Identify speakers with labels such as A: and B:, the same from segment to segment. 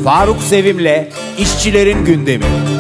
A: Faruk Sevim'le İşçilerin Gündemi.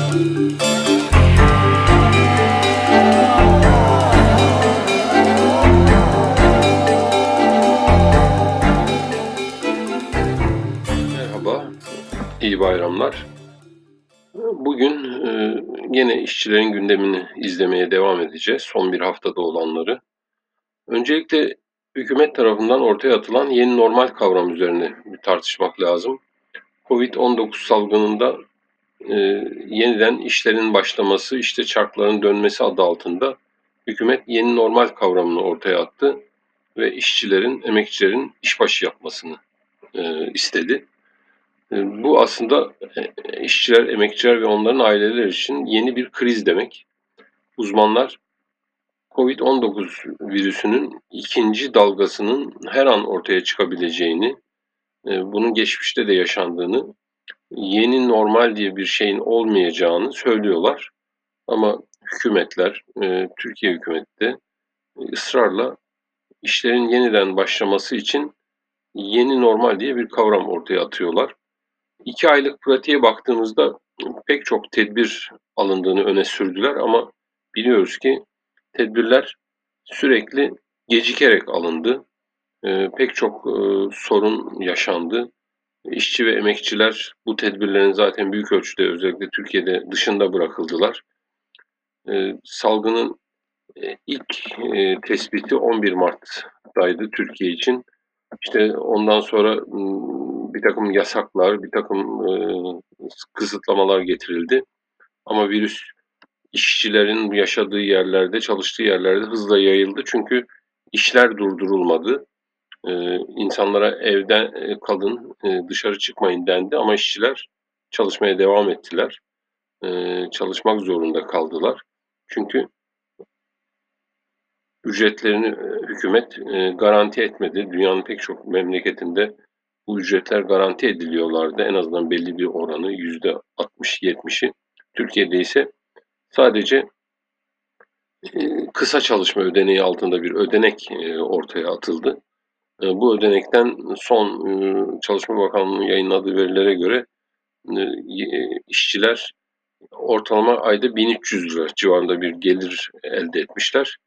B: Merhaba, iyi bayramlar. Bugün yine işçilerin gündemini izlemeye devam edeceğiz, son bir haftada olanları. Öncelikle hükümet tarafından ortaya atılan yeni normal kavram üzerine bir tartışmak lazım. Covid-19 salgınında yeniden işlerin başlaması, işte çarkların dönmesi adı altında hükümet yeni normal kavramını ortaya attı ve işçilerin, emekçilerin işbaşı yapmasını istedi. Bu aslında işçiler, emekçiler ve onların aileleri için yeni bir kriz demek. Uzmanlar Covid-19 virüsünün ikinci dalgasının her an ortaya çıkabileceğini, bunun geçmişte de yaşandığını, yeni normal diye bir şeyin olmayacağını söylüyorlar. Ama hükümetler, Türkiye hükümeti de ısrarla işlerin yeniden başlaması için yeni normal diye bir kavram ortaya atıyorlar. 2 aylık pratiğe baktığımızda pek çok tedbir alındığını öne sürdüler ama biliyoruz ki tedbirler sürekli gecikerek alındı. Pek çok sorun yaşandı. İşçi ve emekçiler bu tedbirlerin zaten büyük ölçüde özellikle Türkiye'de dışında bırakıldılar. Salgının ilk tespiti 11 Mart'taydı Türkiye için. İşte ondan sonra bir takım yasaklar, bir takım kısıtlamalar getirildi. Ama virüs işçilerin yaşadığı yerlerde, çalıştığı yerlerde hızla yayıldı. Çünkü işler durdurulmadı. İnsanlara evden kalın, dışarı çıkmayın dendi ama işçiler çalışmaya devam ettiler. Çalışmak zorunda kaldılar. Çünkü ücretlerini hükümet garanti etmedi. Dünyanın pek çok memleketinde bu ücretler garanti ediliyorlardı. En azından belli bir oranı %60-70'i. Türkiye'de ise sadece kısa çalışma ödeneği altında bir ödenek ortaya atıldı. Bu ödenekten son Çalışma Bakanlığı'nın yayınladığı verilere göre işçiler ortalama ayda 1300 lira civarında bir gelir elde etmişler.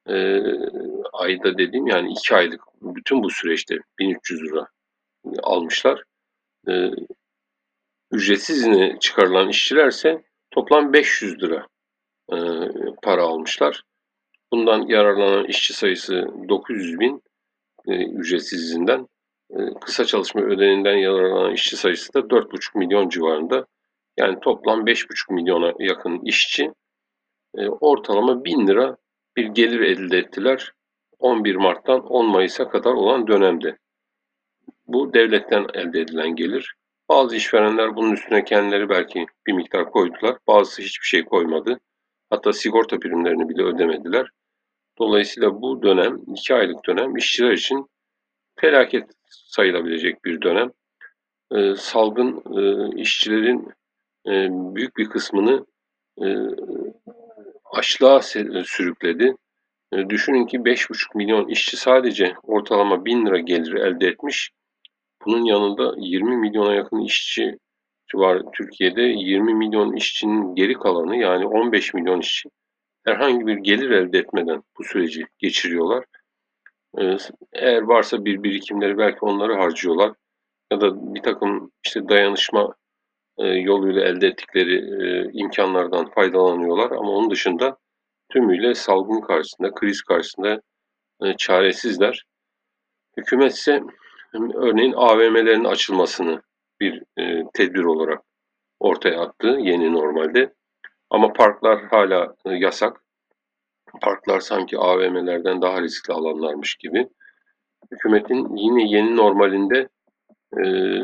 B: Ayda dediğim yani 2 aylık bütün bu süreçte 1300 lira almışlar. Ee, Ücretsiz izne çıkarılan işçilerse toplam 500 lira e, para almışlar. Bundan yararlanan işçi sayısı 900 bin ücretsiz izinden. Kısa çalışma ödeneğinden yararlanan işçi sayısı da 4,5 milyon civarında. Yani toplam 5,5 milyona yakın işçi ortalama 1000 lira bir gelir elde ettiler 11 Mart'tan 10 Mayıs'a kadar olan dönemde. Bu devletten elde edilen gelir. Bazı işverenler bunun üstüne kendileri belki bir miktar koydular. Bazısı hiçbir şey koymadı. Hatta sigorta primlerini bile ödemediler. Dolayısıyla bu dönem, 2 aylık dönem işçiler için felaket sayılabilecek bir dönem. Salgın işçilerin büyük bir kısmını e, açlığa sürükledi. Düşünün ki 5,5 milyon işçi sadece ortalama 1000 lira gelir elde etmiş. Bunun yanında 20 milyona yakın işçi var Türkiye'de. 20 milyon işçinin geri kalanı yani 15 milyon işçi herhangi bir gelir elde etmeden bu süreci geçiriyorlar. Eğer varsa bir birikimleri belki onları harcıyorlar ya da bir takım işte dayanışma yoluyla elde ettikleri imkanlardan faydalanıyorlar ama onun dışında tümüyle salgın karşısında, kriz karşısında çaresizler. Hükümet ise örneğin AVM'lerin açılmasını bir tedbir olarak ortaya attı yeni normalde. Ama parklar hala yasak. Parklar sanki AVM'lerden daha riskli alanlarmış gibi. Hükümetin yine yeni normalinde e,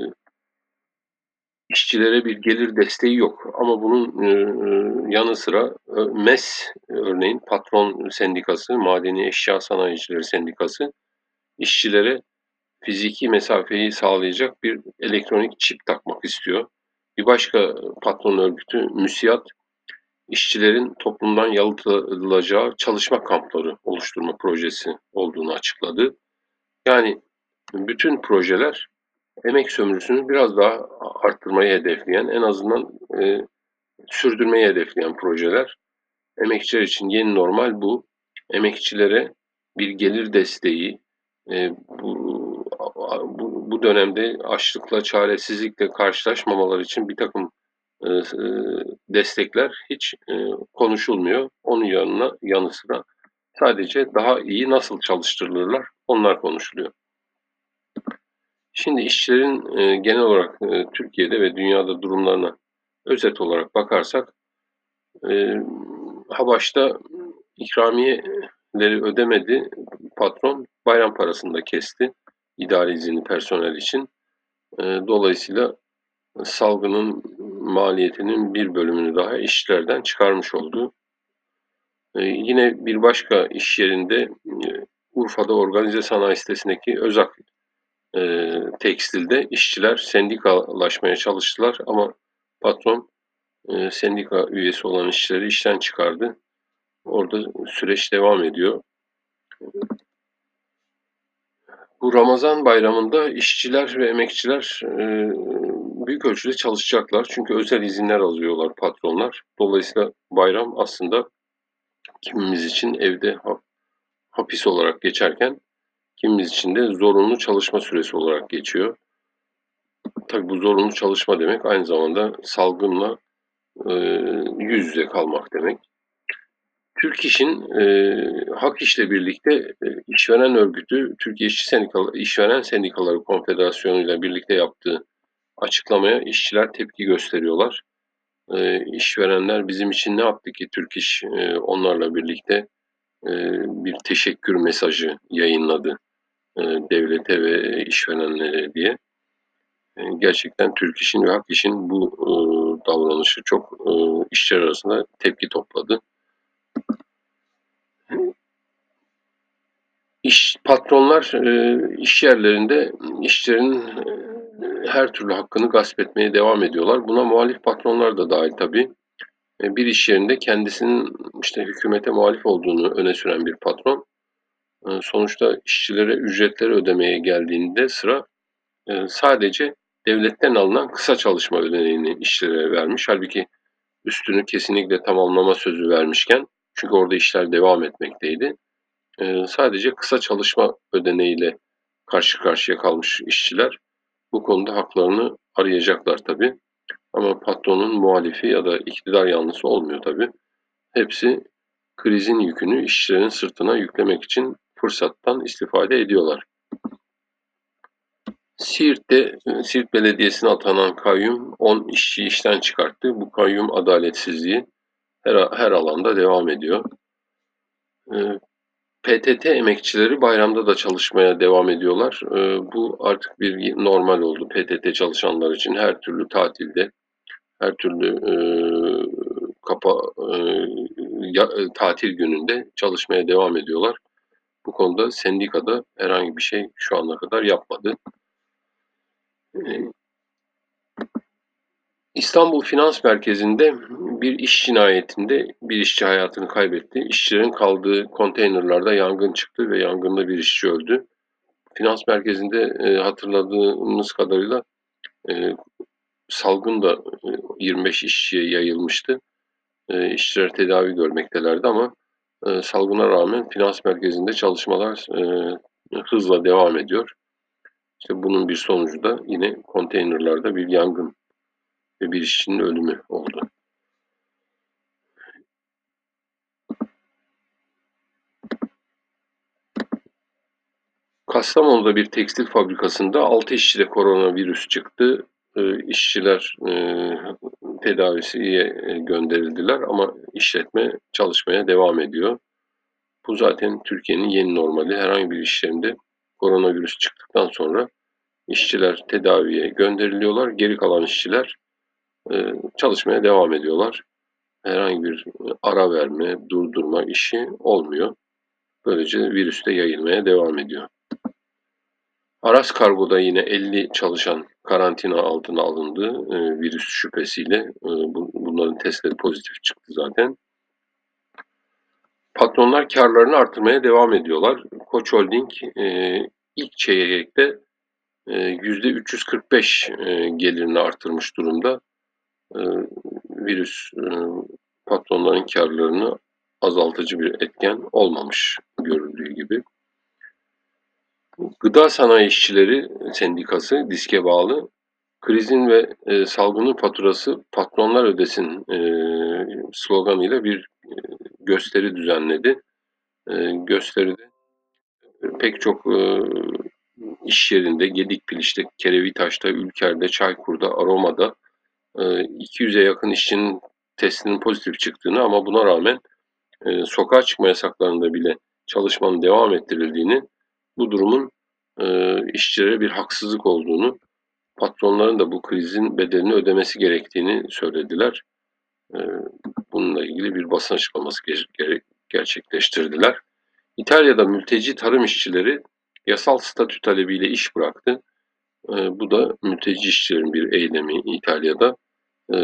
B: işçilere bir gelir desteği yok. Ama bunun yanı sıra MES örneğin Patron Sendikası, Madeni Eşya Sanayicileri Sendikası işçilere fiziki mesafeyi sağlayacak bir elektronik çip takmak istiyor. Bir başka patron örgütü MÜSİAD, işçilerin toplumdan yalıtılacağı çalışma kampları oluşturma projesi olduğunu açıkladı. Yani bütün projeler emek sömürüsünü biraz daha arttırmayı hedefleyen, en azından sürdürmeyi hedefleyen projeler. Emekçiler için yeni normal bu. Emekçilere bir gelir desteği, bu dönemde açlıkla, çaresizlikle karşılaşmamaları için bir takım destekler hiç konuşulmuyor. Onun yanı sıra sadece daha iyi nasıl çalıştırılırlar onlar konuşuluyor. Şimdi işçilerin genel olarak Türkiye'de ve dünyada durumlarına özet olarak bakarsak, e, ha başta ikramiyeleri ödemedi patron, bayram parasını da kesti idari izinli personel için. Dolayısıyla salgının maliyetinin bir bölümünü daha işçilerden çıkarmış oldu. Yine bir başka iş yerinde Urfa'da organize sanayi sitesindeki Özak tekstilde işçiler sendikalaşmaya çalıştılar ama patron sendika üyesi olan işçileri işten çıkardı. Orada süreç devam ediyor. Bu Ramazan bayramında işçiler ve emekçiler büyük ölçüde çalışacaklar. Çünkü özel izinler alıyorlar patronlar. Dolayısıyla bayram aslında kimimiz için evde hapis olarak geçerken kimimiz için de zorunlu çalışma süresi olarak geçiyor. Tabii bu zorunlu çalışma demek aynı zamanda salgınla yüz yüze kalmak demek. Türk İş'in Hak İş'le birlikte işveren örgütü Türkiye İşveren Sendikaları Konfederasyonu ile birlikte yaptığı açıklamaya işçiler tepki gösteriyorlar. İşverenler bizim için ne yaptı ki Türk İş onlarla birlikte e, bir teşekkür mesajı yayınladı devlete ve işverenlere diye. Gerçekten Türk İş'in ve Hak İş'in bu davranışı çok işçiler arasında tepki topladı. Patronlar iş yerlerinde işçilerin her türlü hakkını gasp etmeye devam ediyorlar. Buna muhalif patronlar da dahil tabii. Bir iş yerinde kendisinin işte hükümete muhalif olduğunu öne süren bir patron, sonuçta işçilere ücretleri ödemeye geldiğinde sıra sadece devletten alınan kısa çalışma ödeneğini işçilere vermiş. Halbuki üstünü kesinlikle tamamlama sözü vermişken, çünkü orada işler devam etmekteydi. Sadece kısa çalışma ödeneğiyle karşı karşıya kalmış işçiler bu konuda haklarını arayacaklar tabii. Ama patronun muhalifi ya da iktidar yanlısı olmuyor tabii. Hepsi krizin yükünü işçilerin sırtına yüklemek için fırsattan istifade ediyorlar. Siirt Belediyesi'ne atanan kayyum 10 işçi işten çıkarttı. Bu kayyum adaletsizliği her alanda devam ediyor. Ee, PTT emekçileri bayramda da çalışmaya devam ediyorlar. Bu artık bir normal oldu PTT çalışanlar için. Her türlü tatilde, her türlü kapa tatil gününde çalışmaya devam ediyorlar. Bu konuda sendikada herhangi bir şey şu ana kadar yapmadı. Ee, İstanbul Finans Merkezi'nde bir iş cinayetinde bir işçi hayatını kaybetti. İşçilerin kaldığı konteynerlarda yangın çıktı ve yangında bir işçi öldü. Finans merkezinde hatırladığımız kadarıyla e, salgın da 25 işçiye yayılmıştı. İşçiler tedavi görmektelerdi ama salgına rağmen finans merkezinde çalışmalar hızla devam ediyor. İşte bunun bir sonucu da yine konteynerlarda bir yangın ve bir işçinin ölümü oldu. Kastamonu'da bir tekstil fabrikasında 6 işçide koronavirüs çıktı. İşçiler tedavisiye gönderildiler ama işletme çalışmaya devam ediyor. Bu zaten Türkiye'nin yeni normali. Herhangi bir iş yerinde koronavirüs çıktıktan sonra işçiler tedaviye gönderiliyorlar. Geri kalan işçiler çalışmaya devam ediyorlar. Herhangi bir ara verme, durdurma işi olmuyor. Böylece virüs de yayılmaya devam ediyor. Aras Kargo'da yine 50 çalışan karantina altına alındı virüs şüphesiyle. Bunların testleri pozitif çıktı zaten. Patronlar karlarını artırmaya devam ediyorlar. Koç Holding ilk çeyrekte %345 gelirini artırmış durumda. E, Virüs patronların karlarını azaltıcı bir etken olmamış görüldüğü gibi. Gıda Sanayi İşçileri Sendikası diske bağlı. Krizin ve salgının faturası patronlar ödesin sloganıyla bir gösteri düzenledi. Gösteride pek çok iş yerinde, Gedikpiliş'te, Kerevitaş'ta, Ülker'de, Çaykur'da, Aroma'da 200'e yakın işçinin testinin pozitif çıktığını ama buna rağmen sokağa çıkma yasaklarında bile çalışmanın devam ettirildiğini, bu durumun işçilere bir haksızlık olduğunu, patronların da bu krizin bedelini ödemesi gerektiğini söylediler. E, Bununla ilgili bir basın açıklaması gerçekleştirdiler. İtalya'da mülteci tarım işçileri yasal statü talebiyle iş bıraktı. Bu da mülteci işçilerin bir eylemi İtalya'da. E,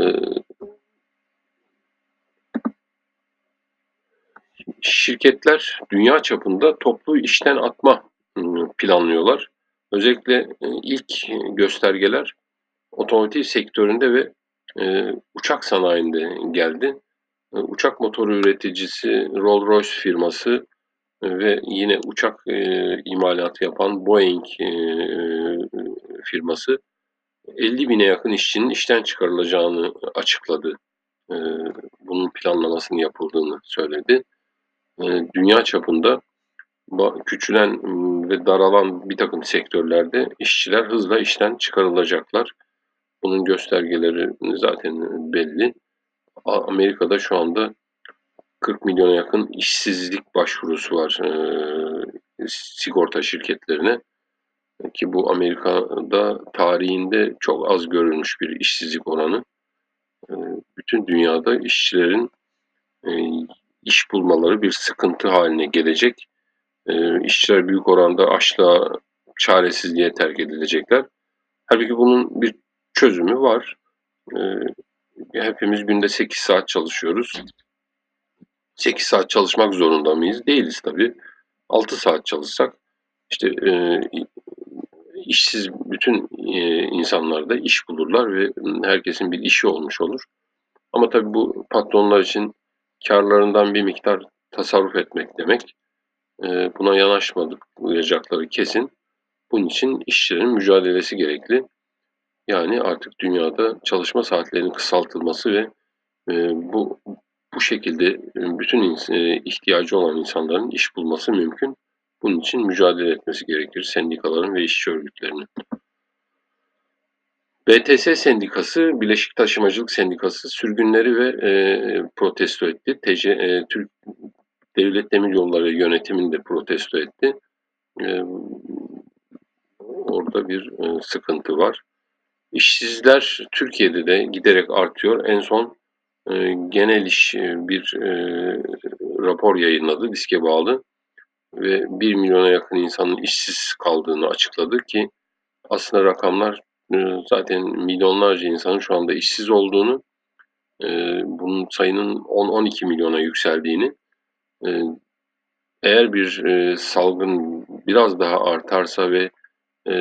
B: Şirketler dünya çapında toplu işten atma planlıyorlar. Özellikle ilk göstergeler otomotiv sektöründe ve uçak sanayinde geldi. Uçak motoru üreticisi Rolls-Royce firması ve yine uçak imalatı yapan Boeing firması 50 bine yakın işçinin işten çıkarılacağını açıkladı. E, Bunun planlamasının yapıldığını söyledi. Dünya çapında küçülen ve daralan bir takım sektörlerde işçiler hızla işten çıkarılacaklar. Bunun göstergeleri zaten belli. Amerika'da şu anda 40 milyona yakın işsizlik başvurusu var sigorta şirketlerine, ki bu Amerika'da tarihinde çok az görülmüş bir işsizlik oranı. E, Bütün dünyada işçilerin e, iş bulmaları bir sıkıntı haline gelecek. İşçiler büyük oranda açlığa, çaresizliğe terk edilecekler. Halbuki bunun bir çözümü var. E, Hepimiz günde 8 saat çalışıyoruz. 8 saat çalışmak zorunda mıyız? Değiliz tabii. 6 saat çalışsak işte işsiz bütün insanlar da iş bulurlar ve herkesin bir işi olmuş olur. Ama tabii bu patronlar için karlarından bir miktar tasarruf etmek demek. Buna yanaşmayacakları kesin. Bunun için işçilerin mücadelesi gerekli. Yani artık dünyada çalışma saatlerinin kısaltılması ve bu şekilde bütün ihtiyacı olan insanların iş bulması mümkün. Bunun için mücadele etmesi gerekir sendikaların ve işçi örgütlerinin. BTS Sendikası, Bileşik Taşımacılık Sendikası sürgünleri ve protesto etti. Türk Devlet Demiryolları yönetimini de protesto etti. E, Orada bir sıkıntı var. İşsizler Türkiye'de de giderek artıyor. En son Genel İş bir rapor yayınladı, diske bağlı ve 1 milyona yakın insanın işsiz kaldığını açıkladı ki aslında rakamlar zaten milyonlarca insanın şu anda işsiz olduğunu, bunun sayının 10-12 milyona yükseldiğini, e, eğer bir salgın biraz daha artarsa ve e,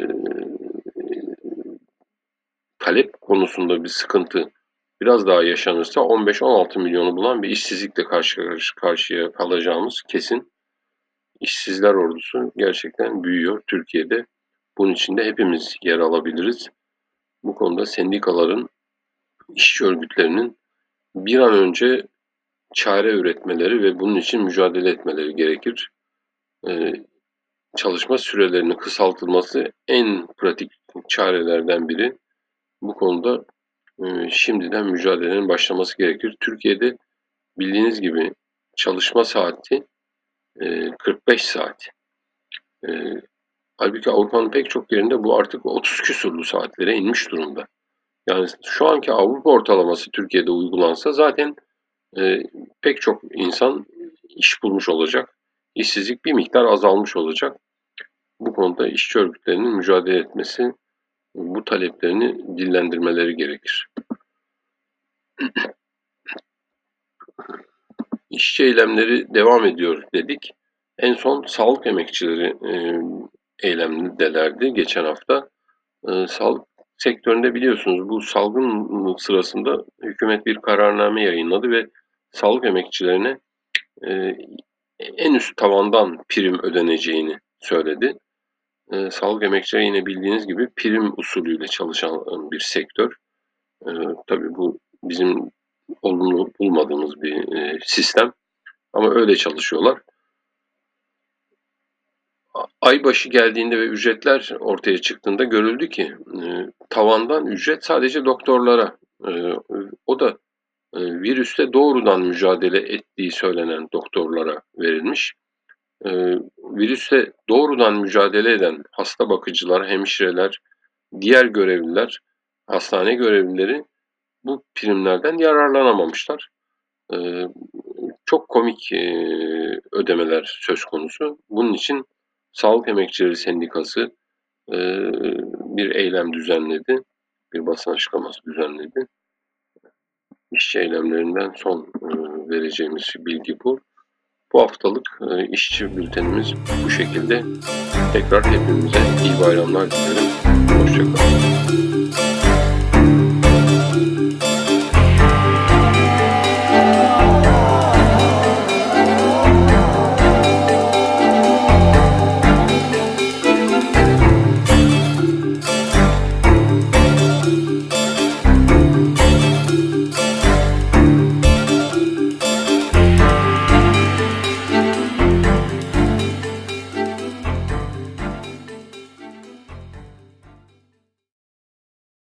B: talep konusunda bir sıkıntı biraz daha yaşanırsa 15-16 milyonu bulan bir işsizlikle karşı karşıya kalacağımız kesin. İşsizler ordusu gerçekten büyüyor Türkiye'de. Bunun içinde hepimiz yer alabiliriz. Bu konuda sendikaların, işçi örgütlerinin bir an önce çare üretmeleri ve bunun için mücadele etmeleri gerekir. Ee, Çalışma sürelerinin kısaltılması en pratik çarelerden biri. Bu konuda şimdiden mücadelenin başlaması gerekir. Türkiye'de bildiğiniz gibi çalışma saati 45 saat. E, Halbuki Avrupa'nın pek çok yerinde bu artık 30 küsurlu saatlere inmiş durumda. Yani şu anki Avrupa ortalaması Türkiye'de uygulansa zaten e, pek çok insan iş bulmuş olacak. İşsizlik bir miktar azalmış olacak. Bu konuda işçi örgütlerinin mücadele etmesi, bu taleplerini dillendirmeleri gerekir. İşçi eylemleri devam ediyor dedik. En son sağlık emekçileri eylemdelerdi geçen hafta. Sağlık sektöründe biliyorsunuz bu salgın sırasında hükümet bir kararname yayınladı ve sağlık emekçilerine en üst tavandan prim ödeneceğini söyledi. Sağlık emekçileri yine bildiğiniz gibi prim usulüyle çalışan bir sektör. Tabii bu bizim olumlu bulmadığımız bir sistem ama öyle çalışıyorlar. Ay başı geldiğinde ve ücretler ortaya çıktığında görüldü ki tavandan ücret sadece doktorlara, o da virüste doğrudan mücadele ettiği söylenen doktorlara verilmiş. Virüste doğrudan mücadele eden hasta bakıcılar, hemşireler, diğer görevliler, hastane görevlileri bu primlerden yararlanamamışlar. Çok komik ödemeler söz konusu. Bunun için Sağlık Emekçileri Sendikası bir eylem düzenledi. Bir basın açıklaması düzenledi. İşçi eylemlerinden son vereceğimiz bilgi bu. Bu haftalık işçi bültenimiz bu şekilde. Tekrar hepinize iyi bayramlar dilerim. Hoşça kalın.